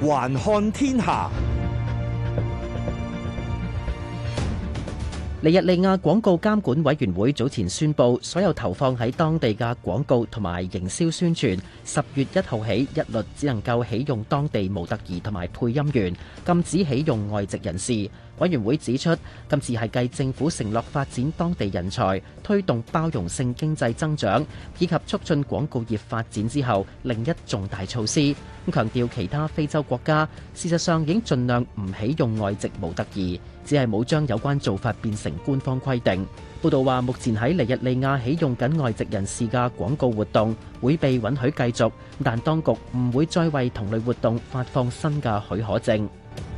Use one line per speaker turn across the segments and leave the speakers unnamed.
環看天下。
尼日利亞廣告監管委員會早前宣布，所有投放喺當地嘅廣告同埋營銷宣傳，10月1號起一律只能夠起用當地模特兒同埋配音員，禁止起用外籍人士。委員會指出，今次係繼政府承諾發展當地人才、推動包容性經濟增長以及促進廣告業發展之後，另一重大措施。強調其他非洲國家事實上已經盡量唔起用外籍模特兒，只係冇將有關做法變成官方規定。報道話，目前喺尼日利亞起用緊外籍人士嘅廣告活動會被允許繼續，但當局唔會再為同類活動發放新嘅許可證。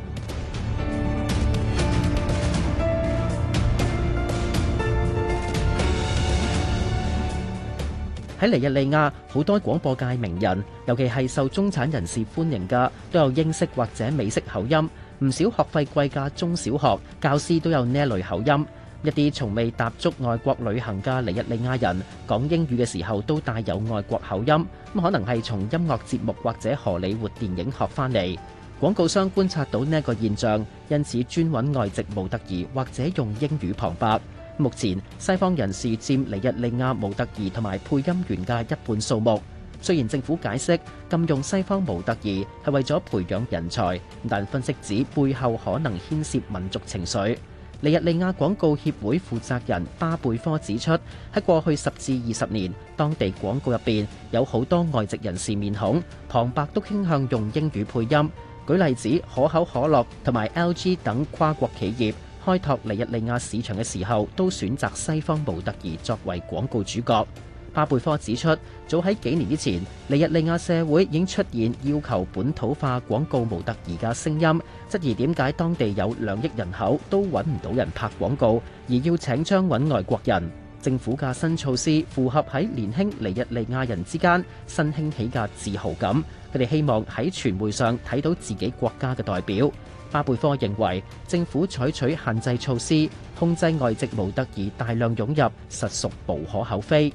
喺尼日利亞，好多廣播界名人，尤其係受中產人士歡迎嘅，都有英式或者美式口音。唔少學費貴嘅中小學教師都有呢一類口音。一啲從未踏足外國旅行嘅尼日利亞人講英語嘅時候都帶有外國口音，可能係從音樂節目或者荷里活電影學翻嚟。廣告商觀察到呢一個現象，因此專揾外籍模特兒或者用英語旁白。目前西方人士佔尼日利亞模特兒同埋配音員嘅一半數目。雖然政府解釋禁用西方模特兒係為咗培養人才，但分析指背後可能牽涉民族情緒。尼日利亞廣告協會負責人巴貝科指出，喺過去10至20年，當地廣告入邊有好多外籍人士面孔，旁白都傾向用英語配音。舉例子，可口可樂同埋 LG 等跨國企業開拓尼日利亞市場嘅時候，都選擇西方模特兒作為廣告主角。巴貝科指出，早喺幾年之前，尼日利亞社會已經出現要求本土化廣告模特兒嘅聲音，質疑點解當地有2億人口都揾唔到人拍廣告，而要請將揾外國人。政府嘅新措施符合喺年輕尼日利亞人之間新興起嘅自豪感，佢哋希望喺傳媒上睇到自己國家嘅代表。巴貝科認為，政府採取限制措施，控制外籍模特兒大量湧入，實屬無可厚非。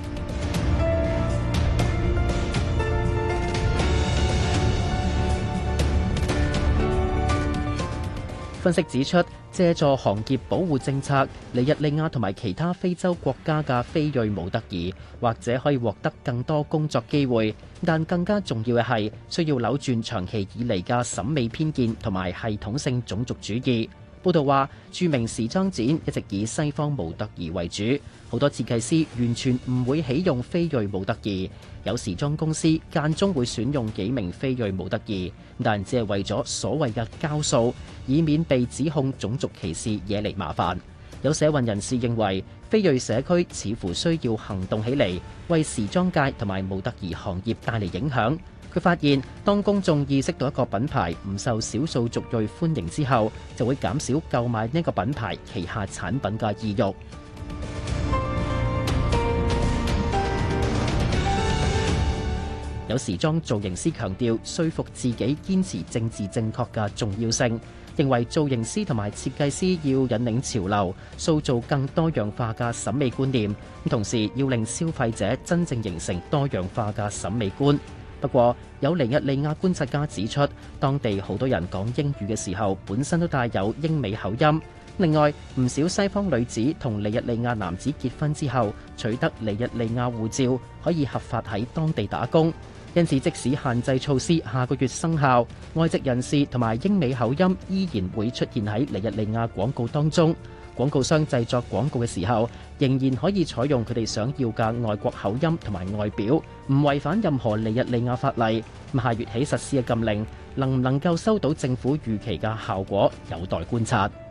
分析指出，借助行業保護政策，尼日利亞同埋其他非洲國家嘅非裔模特兒或者可以獲得更多工作機會，但更加重要嘅係需要扭轉長期以嚟嘅審美偏見同埋系統性種族主義。報道話，著名時裝展一直以西方模特兒為主，好多設計師完全唔會起用非裔模特兒。有時裝公司間中會選用幾名非裔模特兒，但只係為咗所謂嘅交數，以免被指控種族歧視惹嚟麻煩。有社運人士認為，非裔社區似乎需要行動起嚟，為時裝界同埋模特兒行業帶嚟影響。佢發現，當公眾意識到一個品牌唔受少數族裔歡迎之後，就會減少購買呢個品牌旗下產品嘅意欲。有時裝造型師強調，說服自己堅持政治正確嘅重要性，認為造型師同埋設計師要引領潮流，塑造更多樣化嘅審美觀念，同時要令消費者真正形成多樣化嘅審美觀。不過，有尼日利亞觀察家指出，當地好多人講英語嘅時候，本身都帶有英美口音。另外，唔少西方女子同尼日利亞男子結婚之後，取得尼日利亞護照，可以合法喺當地打工。因此，即使限制措施下個月生效，外籍人士同埋英美口音依然會出現喺尼日利亞廣告當中。廣告商製作廣告嘅時候，仍然可以採用佢哋想要嘅外國口音同埋外表，唔違反任何尼日利亞法例。下月起實施嘅禁令，能唔能夠收到政府預期嘅效果，有待觀察。